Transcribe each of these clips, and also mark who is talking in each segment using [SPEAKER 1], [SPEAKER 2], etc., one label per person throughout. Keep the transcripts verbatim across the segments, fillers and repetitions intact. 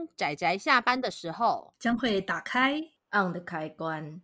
[SPEAKER 1] 当宅宅下班的时候，
[SPEAKER 2] 将会打开
[SPEAKER 3] on 的开关。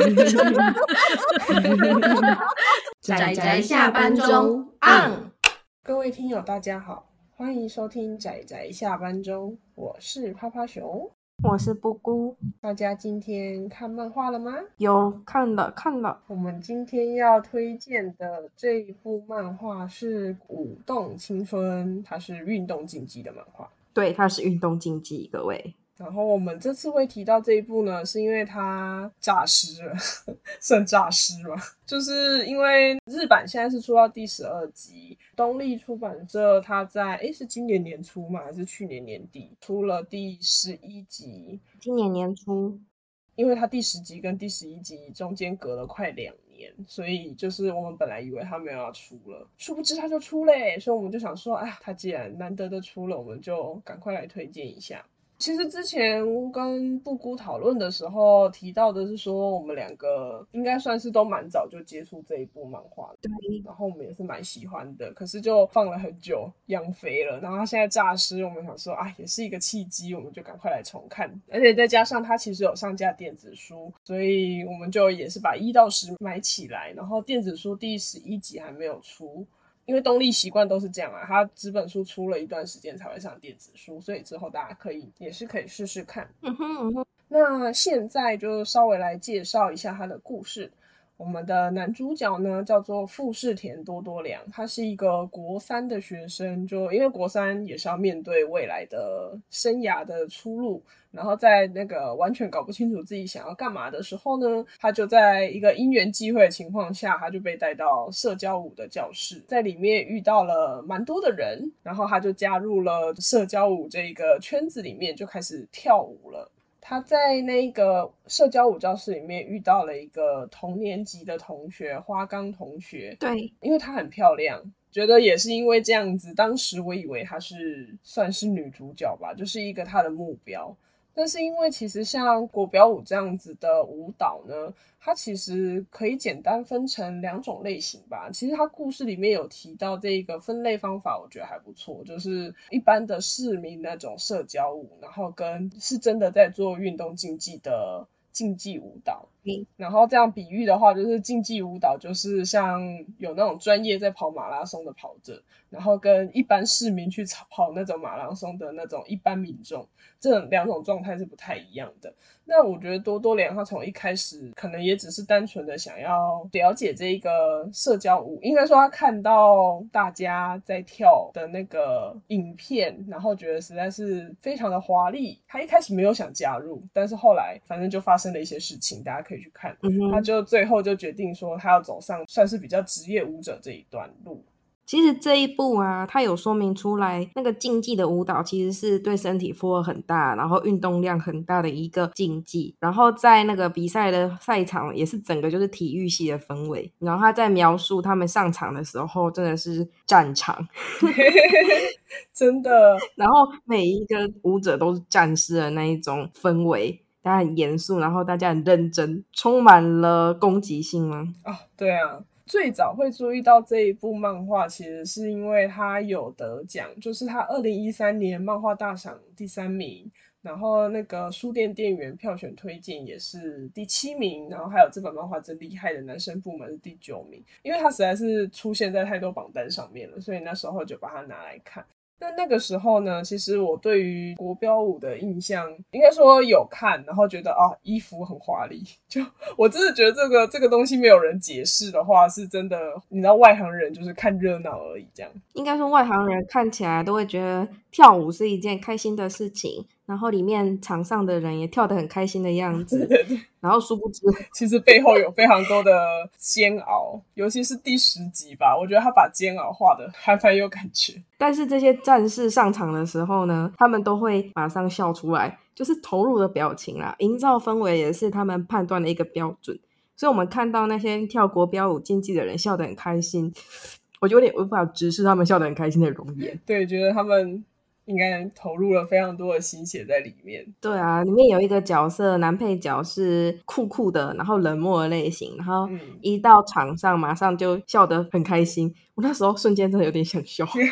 [SPEAKER 1] 宅宅下班中 on。
[SPEAKER 4] 各位听友大家好，欢迎收听宅宅下班中，我是趴趴熊，
[SPEAKER 3] 我是布姑。
[SPEAKER 4] 大家今天看漫画了吗？
[SPEAKER 3] 有，看了看了。
[SPEAKER 4] 我们今天要推荐的这一部漫画是《舞动青春》，它是运动竞技的漫画。
[SPEAKER 3] 对，它是运动竞技，各位。
[SPEAKER 4] 然后我们这次会提到这一部呢，是因为它诈尸了，算诈尸吗？就是因为日版现在是出到第十二集，东立出版社它在诶是今年年初吗？还是去年年底出了第十一集？
[SPEAKER 3] 今年年初，
[SPEAKER 4] 因为它第十集跟第十一集中间隔了快两年，所以就是我们本来以为它没有要出了，殊不知它就出嘞，所以我们就想说，哎，它既然难得的出了，我们就赶快来推荐一下。其实之前跟布姑讨论的时候提到的是说，我们两个应该算是都蛮早就接触这一部漫画的，
[SPEAKER 3] 对，
[SPEAKER 4] 然后我们也是蛮喜欢的，可是就放了很久，养肥了，然后他现在诈尸，我们想说啊，也是一个契机，我们就赶快来重看，而且再加上它其实有上架电子书，所以我们就也是把一到十买起来，然后电子书第十一集还没有出。因为东立习惯都是这样啊，它纸本书出了一段时间才会上电子书，所以之后大家可以也是可以试试看。
[SPEAKER 3] 嗯哼嗯哼。
[SPEAKER 4] 那现在就稍微来介绍一下它的故事。我们的男主角呢叫做富士田多多良，他是一个国三的学生，就因为国三也是要面对未来的生涯的出路，然后在那个完全搞不清楚自己想要干嘛的时候呢，他就在一个因缘际会的情况下，他就被带到社交舞的教室，在里面遇到了蛮多的人，然后他就加入了社交舞这个圈子里面，就开始跳舞了。他在那个社交舞教室里面遇到了一个同年级的同学，花冈同学。
[SPEAKER 3] 对，
[SPEAKER 4] 因为她很漂亮，觉得也是因为这样子，当时我以为她是算是女主角吧，就是一个她的目标。但是因为其实像国标舞这样子的舞蹈呢，它其实可以简单分成两种类型吧。其实它故事里面有提到这个分类方法，我觉得还不错，就是一般的市民那种社交舞，然后跟是真的在做运动竞技的竞技舞蹈。
[SPEAKER 3] 嗯，
[SPEAKER 4] 然后这样比喻的话，就是竞技舞蹈就是像有那种专业在跑马拉松的跑者，然后跟一般市民去跑那种马拉松的那种一般民众，这两种状态是不太一样的。那我觉得多多良他从一开始可能也只是单纯的想要了解这一个社交舞，应该说他看到大家在跳的那个影片，然后觉得实在是非常的华丽，他一开始没有想加入，但是后来反正就发生了一些事情，大家可以去看，
[SPEAKER 3] 嗯，
[SPEAKER 4] 他就最后就决定说他要走上算是比较职业舞者这一段路。
[SPEAKER 3] 其实这一部啊，它有说明出来，那个竞技的舞蹈其实是对身体负荷很大，然后运动量很大的一个竞技。然后在那个比赛的赛场也是整个就是体育系的氛围。然后他在描述他们上场的时候，真的是战场，
[SPEAKER 4] 真的。
[SPEAKER 3] 然后每一个舞者都是战士的那一种氛围。大家很严肃，然后大家很认真，充满了攻击性吗？
[SPEAKER 4] 哦，对啊。最早会注意到这一部漫画，其实是因为他有得奖，就是他二零一三年漫画大赏第三名，然后那个书店店员票选推荐也是第七名，然后还有这本漫画真厉害的男生部门是第九名，因为他实在是出现在太多榜单上面了，所以那时候就把它拿来看。那那个时候呢，其实我对于国标舞的印象应该说有看，然后觉得啊衣服很华丽，就我真的觉得这个这个东西没有人解释的话，是真的你知道外行人就是看热闹而已这样。
[SPEAKER 3] 应该说外行人看起来都会觉得跳舞是一件开心的事情，然后里面场上的人也跳得很开心的样子，
[SPEAKER 4] 对对对，
[SPEAKER 3] 然后殊不知
[SPEAKER 4] 其实背后有非常多的煎熬，尤其是第十集吧，我觉得他把煎熬画得还蛮有感觉。
[SPEAKER 3] 但是这些战士上场的时候呢，他们都会马上笑出来，就是投入的表情啦，营造氛围也是他们判断的一个标准。所以我们看到那些跳国标舞竞技的人笑得很开心，我就有点无法直视他们笑得很开心的容颜。
[SPEAKER 4] 对，觉得他们应该投入了非常多的心血在里面。
[SPEAKER 3] 对啊，里面有一个角色男配角是酷酷的，然后冷漠的类型，然后一到场上马上就笑得很开心。我那时候瞬间真的有点想笑。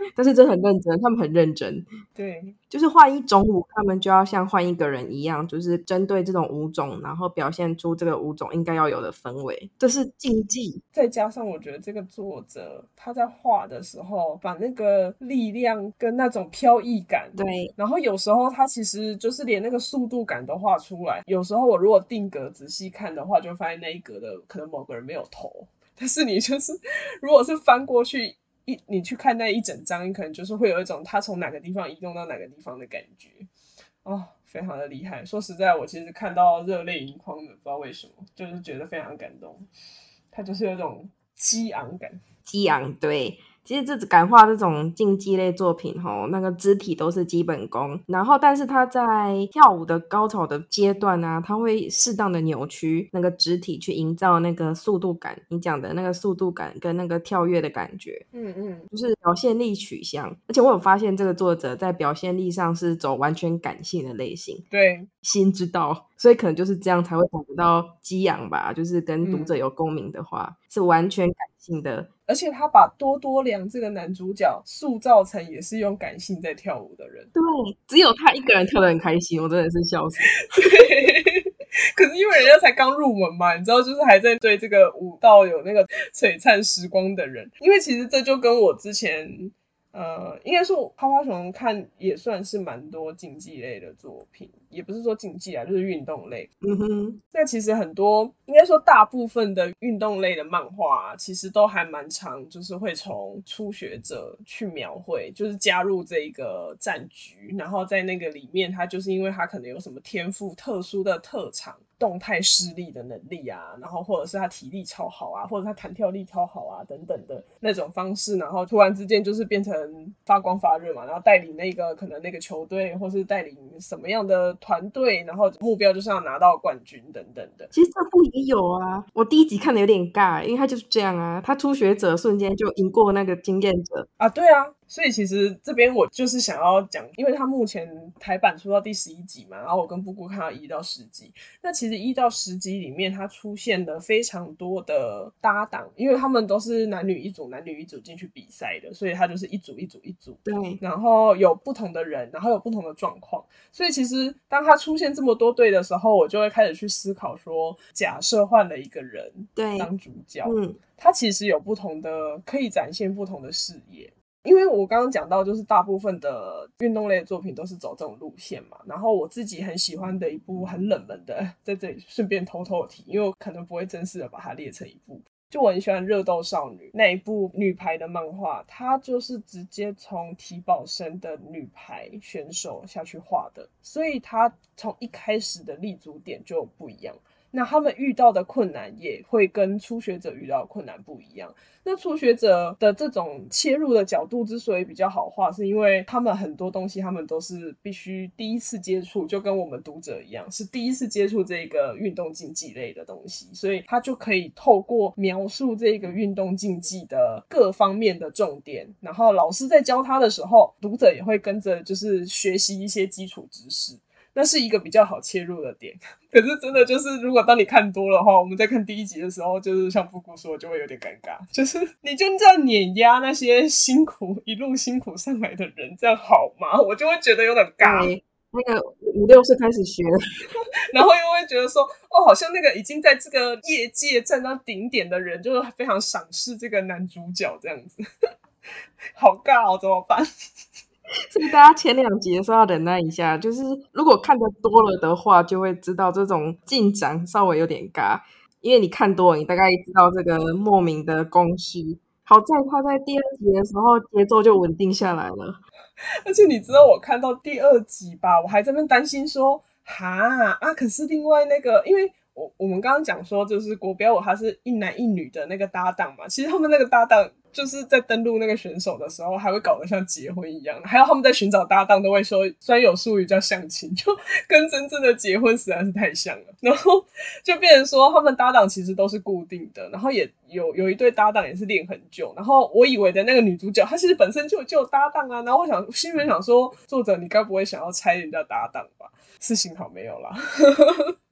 [SPEAKER 3] 但是真的很认真，他们很认真。
[SPEAKER 4] 对，
[SPEAKER 3] 就是换一种舞，他们就要像换一个人一样，就是针对这种舞种，然后表现出这个舞种应该要有的氛围，这是竞技。
[SPEAKER 4] 再加上我觉得这个作者他在画的时候，把那个力量跟那种飘逸感，
[SPEAKER 3] 对，
[SPEAKER 4] 然后有时候他其实就是连那个速度感都画出来。有时候我如果定格仔细看的话，就会发现那一格的可能某个人没有头，但是你就是如果是翻过去一你去看那一整张，你可能就是会有一种他从哪个地方移动到哪个地方的感觉。哦，非常的厉害。说实在，我其实看到热泪盈眶的，不知道为什么，就是觉得非常感动。他就是有一种激昂感。
[SPEAKER 3] 激昂，对。其实这感化这种竞技类作品吼，那个肢体都是基本功，然后但是他在跳舞的高潮的阶段啊，他会适当的扭曲那个肢体，去营造那个速度感，你讲的那个速度感跟那个跳跃的感觉，
[SPEAKER 4] 嗯嗯，
[SPEAKER 3] 就是表现力取向。而且我有发现这个作者在表现力上是走完全感性的类型，
[SPEAKER 4] 对，
[SPEAKER 3] 心知道，所以可能就是这样才会感觉到激昂吧，就是跟读者有共鸣的话，嗯、是完全感性的。
[SPEAKER 4] 而且他把多多良这个男主角塑造成也是用感性在跳舞的人。
[SPEAKER 3] 对，只有他一个人跳得很开心，我真的是笑死。
[SPEAKER 4] 对，可是因为人家才刚入门嘛，你知道，就是还在对这个舞蹈有那个璀璨时光的人。因为其实这就跟我之前呃，应该说趴趴熊看也算是蛮多竞技类的作品，也不是说竞技啊，就是运动类。
[SPEAKER 3] 嗯哼，
[SPEAKER 4] 那其实很多，应该说大部分的运动类的漫画、啊、其实都还蛮常，就是会从初学者去描绘，就是加入这一个战局，然后在那个里面，他就是因为他可能有什么天赋、特殊的特长、动态视力的能力啊，然后或者是他体力超好啊，或者他弹跳力超好啊等等的那种方式，然后突然之间就是变成发光发热嘛，然后带领那个可能那个球队，或是带领什么样的团队，然后目标就是要拿到冠军等等的。
[SPEAKER 3] 其实这部也有啊，我第一集看的有点尬，因为他就是这样啊，他初学者瞬间就赢过那个经验者
[SPEAKER 4] 啊，对啊，所以其实这边我就是想要讲，因为他目前台版出到第十一集嘛，然后我跟布布看到一到十集，那其实一到十集里面，它出现了非常多的搭档，因为他们都是男女一组，男女一组进去比赛的，所以他就是一组一组一组，
[SPEAKER 3] 对，
[SPEAKER 4] 然后有不同的人，然后有不同的状况，所以其实当他出现这么多队的时候，我就会开始去思考说，假设换了一个人当主角，嗯，他其实有不同的可以展现不同的视野。因为我刚刚讲到，就是大部分的运动类的作品都是走这种路线嘛，然后我自己很喜欢的一部很冷门的，在这里顺便偷偷提，因为我可能不会正式的把它列成一部，就我很喜欢热斗少女那一部女排的漫画，它就是直接从体保生的女排选手下去画的，所以它从一开始的立足点就不一样，那他们遇到的困难也会跟初学者遇到的困难不一样。那初学者的这种切入的角度之所以比较好画，是因为他们很多东西他们都是必须第一次接触，就跟我们读者一样，是第一次接触这个运动竞技类的东西，所以他就可以透过描述这个运动竞技的各方面的重点，然后老师在教他的时候，读者也会跟着就是学习一些基础知识，那是一个比较好切入的点。可是真的就是如果当你看多了的话，我们在看第一集的时候，就是像布谷说就会有点尴尬，就是你就这样碾压那些辛苦一路辛苦上来的人，这样好吗？我就会觉得有点尬。
[SPEAKER 3] 对，那个五六岁开始学
[SPEAKER 4] 然后又会觉得说哦，好像那个已经在这个业界站到顶点的人就是非常赏识这个男主角这样子好尬哦，怎么办？
[SPEAKER 3] 所以大家前两集的时候要忍耐一下，就是如果看得多了的话，就会知道这种进展稍微有点尬，因为你看多了，你大概知道这个莫名的公式。好在他在第二集的时候节奏就稳定下来了。
[SPEAKER 4] 而且你知道我看到第二集吧，我还在那边担心说哈啊，可是另外那个因为我我们刚刚讲说就是国标舞它是一男一女的那个搭档嘛，其实他们那个搭档就是在登录那个选手的时候还会搞得像结婚一样，还有他们在寻找搭档都会说专有术语叫相亲，就跟真正的结婚实在是太像了，然后就变成说他们搭档其实都是固定的，然后也有有一对搭档也是练很久，然后我以为的那个女主角她其实本身就就有搭档啊，然后我想心里面想说作者你该不会想要拆人家搭档吧，是幸好没有啦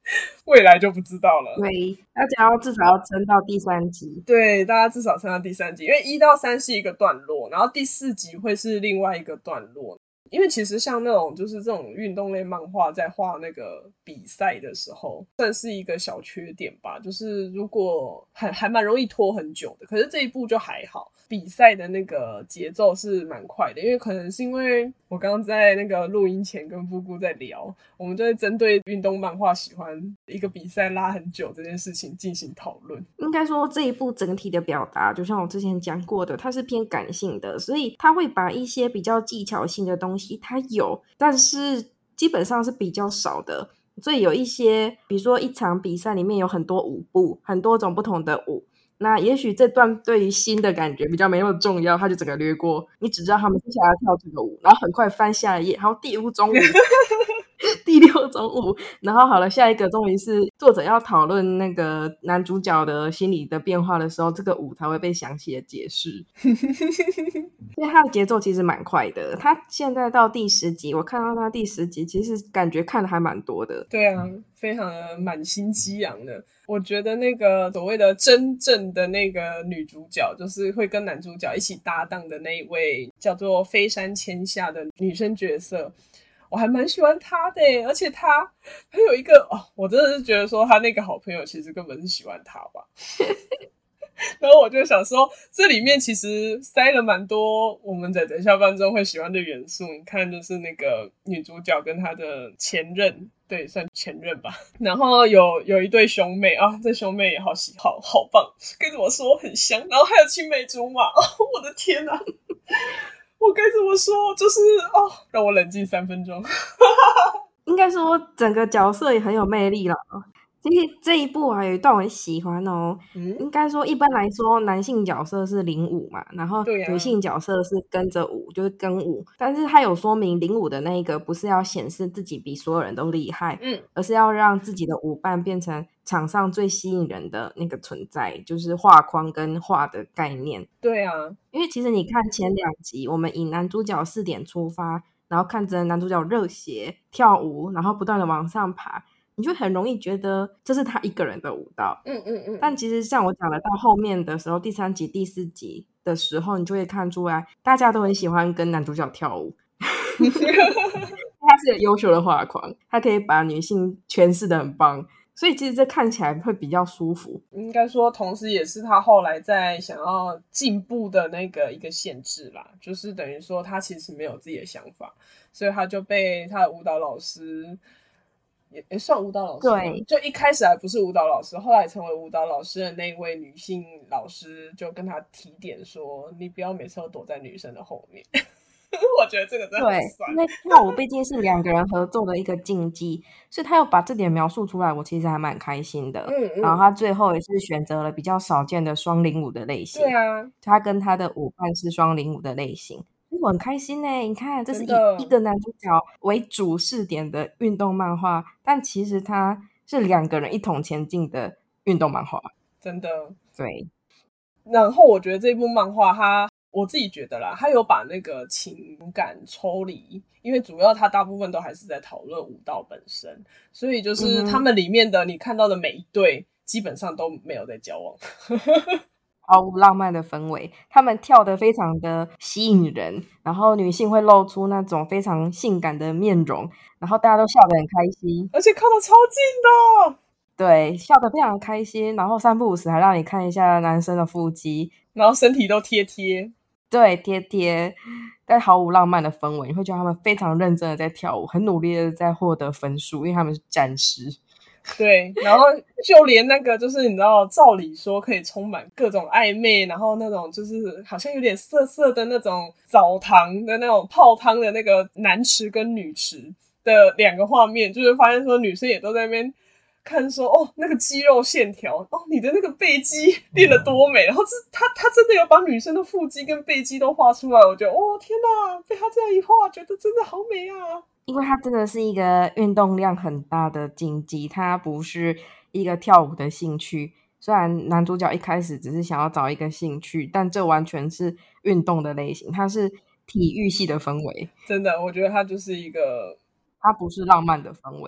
[SPEAKER 4] 未来就不知道了。
[SPEAKER 3] 对，大家要至少要撑到第三集。
[SPEAKER 4] 对，大家至少撑到第三集，因为一到三是一个段落，然后第四集会是另外一个段落。因为其实像那种就是这种运动类漫画在画那个比赛的时候，算是一个小缺点吧，就是如果还还蛮容易拖很久的。可是这一部就还好，比赛的那个节奏是蛮快的，因为可能是因为我刚刚在那个录音前跟布姑在聊，我们就会针对运动漫画喜欢一个比赛拉很久这件事情进行讨论。
[SPEAKER 3] 应该说这一部整体的表达就像我之前讲过的，它是偏感性的，所以它会把一些比较技巧性的东西它有，但是基本上是比较少的。所以有一些比如说一场比赛里面有很多舞步，很多种不同的舞，那也许这段对于新的感觉比较没那么重要，他就整个略过，你只知道他们接下来要跳这个舞，然后很快翻下一页，还有第五种舞第六种舞，然后好了，下一个终于是作者要讨论那个男主角的心理的变化的时候，这个舞才会被详细的解释。因为他的节奏其实蛮快的，他现在到第十集，我看到他第十集其实感觉看的还蛮多的。
[SPEAKER 4] 对啊，非常的满心激昂的。我觉得那个所谓的真正的那个女主角，就是会跟男主角一起搭档的那一位叫做飞山千夏的女生角色，我还蛮喜欢她的耶。而且她她有一个哦，我真的是觉得说她那个好朋友其实根本是喜欢她吧。然后我就想说，这里面其实塞了蛮多我们在等下半周会喜欢的元素。你看，就是那个女主角跟她的前任，对，算前任吧。然后有有一对兄妹啊，这兄妹也好喜好好棒，该怎么说很香。然后还有青梅竹马，哦，我的天哪！我该怎么说？就是哦，让我冷静三分钟。
[SPEAKER 3] 应该说整个角色也很有魅力啦。其实这一部啊有一段我很喜欢哦、嗯、应该说一般来说男性角色是领舞嘛，然后女性角色是跟着舞、啊、就是跟舞，但是他有说明领舞的那一个不是要显示自己比所有人都厉害、嗯、而是要让自己的舞伴变成场上最吸引人的那个存在，就是画框跟画的概念。
[SPEAKER 4] 对啊，
[SPEAKER 3] 因为其实你看前两集我们以男主角四点出发，然后看着男主角热血跳舞，然后不断的往上爬，你就很容易觉得这是他一个人的舞蹈。嗯嗯嗯。但其实像我讲的到后面的时候，第三集第四集的时候，你就会看出来大家都很喜欢跟男主角跳舞。他是有优秀的画框，他可以把女性诠释得很棒，所以其实这看起来会比较舒服。
[SPEAKER 4] 应该说同时也是他后来在想要进步的那个一个限制啦，就是等于说他其实没有自己的想法，所以他就被他的舞蹈老师也, 也算舞蹈老师，对，就一开始还不是舞蹈老师，后来成为舞蹈老师的那位女性老师就跟他提点说，你不要每次都躲在女生的后面。我觉得这个真的很酸，
[SPEAKER 3] 对，因为跳舞毕竟是两个人合作的一个竞技，所以他有把这点描述出来，我其实还蛮开心的。嗯嗯，然后他最后也是选择了比较少见的双领舞的类型。
[SPEAKER 4] 对啊，
[SPEAKER 3] 他跟他的舞伴是双领舞的类型，我很开心耶。你看这是以一个男主角为主视点的运动漫画，但其实他是两个人一同前进的运动漫画，
[SPEAKER 4] 真的。
[SPEAKER 3] 对，
[SPEAKER 4] 然后我觉得这部漫画它我自己觉得啦，他有把那个情感抽离，因为主要他大部分都还是在讨论舞蹈本身，所以就是他们里面的你看到的每一对基本上都没有在交往。
[SPEAKER 3] 毫无浪漫的氛围，他们跳得非常的吸引人，然后女性会露出那种非常性感的面容，然后大家都笑得很开心，
[SPEAKER 4] 而且靠得超近的，
[SPEAKER 3] 对，笑得非常开心，然后三不五时还让你看一下男生的腹肌，
[SPEAKER 4] 然后身体都贴贴，
[SPEAKER 3] 对，贴贴，但毫无浪漫的氛围，你会觉得他们非常认真的在跳舞，很努力的在获得分数，因为他们是战士。
[SPEAKER 4] 对，然后就连那个就是你知道照理说可以充满各种暧昧，然后那种就是好像有点涩涩的那种澡堂的那种泡汤的那个男池跟女池的两个画面，就是发现说女生也都在那边看说哦那个肌肉线条，哦你的那个背肌练得多美，然后他他真的有把女生的腹肌跟背肌都画出来，我觉得哦天哪，被他这样一画觉得真的好美啊。
[SPEAKER 3] 因为它真的是一个运动量很大的竞技，它不是一个跳舞的兴趣，虽然男主角一开始只是想要找一个兴趣，但这完全是运动的类型，它是体育系的氛围。
[SPEAKER 4] 真的我觉得它就是一个，
[SPEAKER 3] 它不是浪漫的氛围，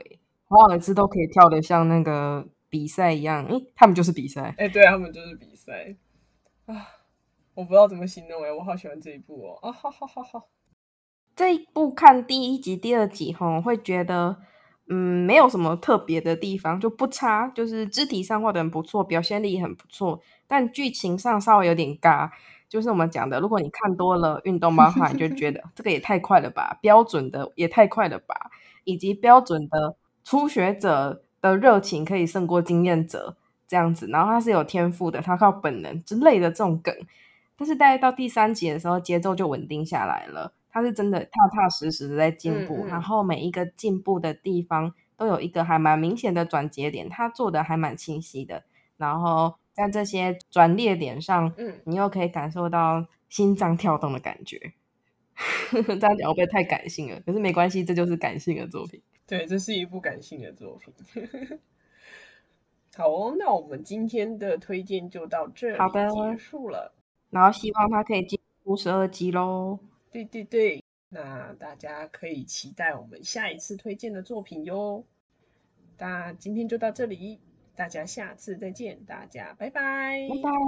[SPEAKER 3] 华尔兹都可以跳得像那个比赛一样，诶，他们就是比赛。
[SPEAKER 4] 哎、欸，对，他们就是比赛啊！我不知道怎么形容哎，我好喜欢这一部哦！啊，好好好好。
[SPEAKER 3] 这一部看第一集、第二集吼，会觉得嗯没有什么特别的地方，就不差，就是肢体上画的很不错，表现力也很不错，但剧情上稍微有点尬。就是我们讲的，如果你看多了运动漫画，你就觉得这个也太快了吧，标准的也太快了吧，以及标准的初学者的热情可以胜过经验者这样子，然后他是有天赋的，他靠本能之类的这种梗。但是大概到第三集的时候，节奏就稳定下来了，他是真的踏踏实实的在进步，
[SPEAKER 4] 嗯嗯
[SPEAKER 3] 然后每一个进步的地方都有一个还蛮明显的转折点，他做的还蛮清晰的，然后在这些转捩点上，
[SPEAKER 4] 嗯，
[SPEAKER 3] 你又可以感受到心脏跳动的感觉。这样讲会不会太感性了？可是没关系，这就是感性的作品。
[SPEAKER 4] 对，这是一部感性的作品。好哦，那我们今天的推荐就到这里
[SPEAKER 3] 好的，
[SPEAKER 4] 结束了。
[SPEAKER 3] 然后希望他可以进入十二集咯。
[SPEAKER 4] 对对对，那大家可以期待我们下一次推荐的作品哟。那今天就到这里，大家下次再见，大家拜拜，
[SPEAKER 3] 拜拜。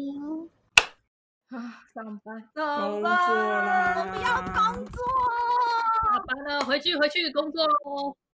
[SPEAKER 1] 啊，上班，
[SPEAKER 4] 工作
[SPEAKER 1] 上班，
[SPEAKER 4] 啦，
[SPEAKER 1] 我不要工作，下班了，回去回去工作喽。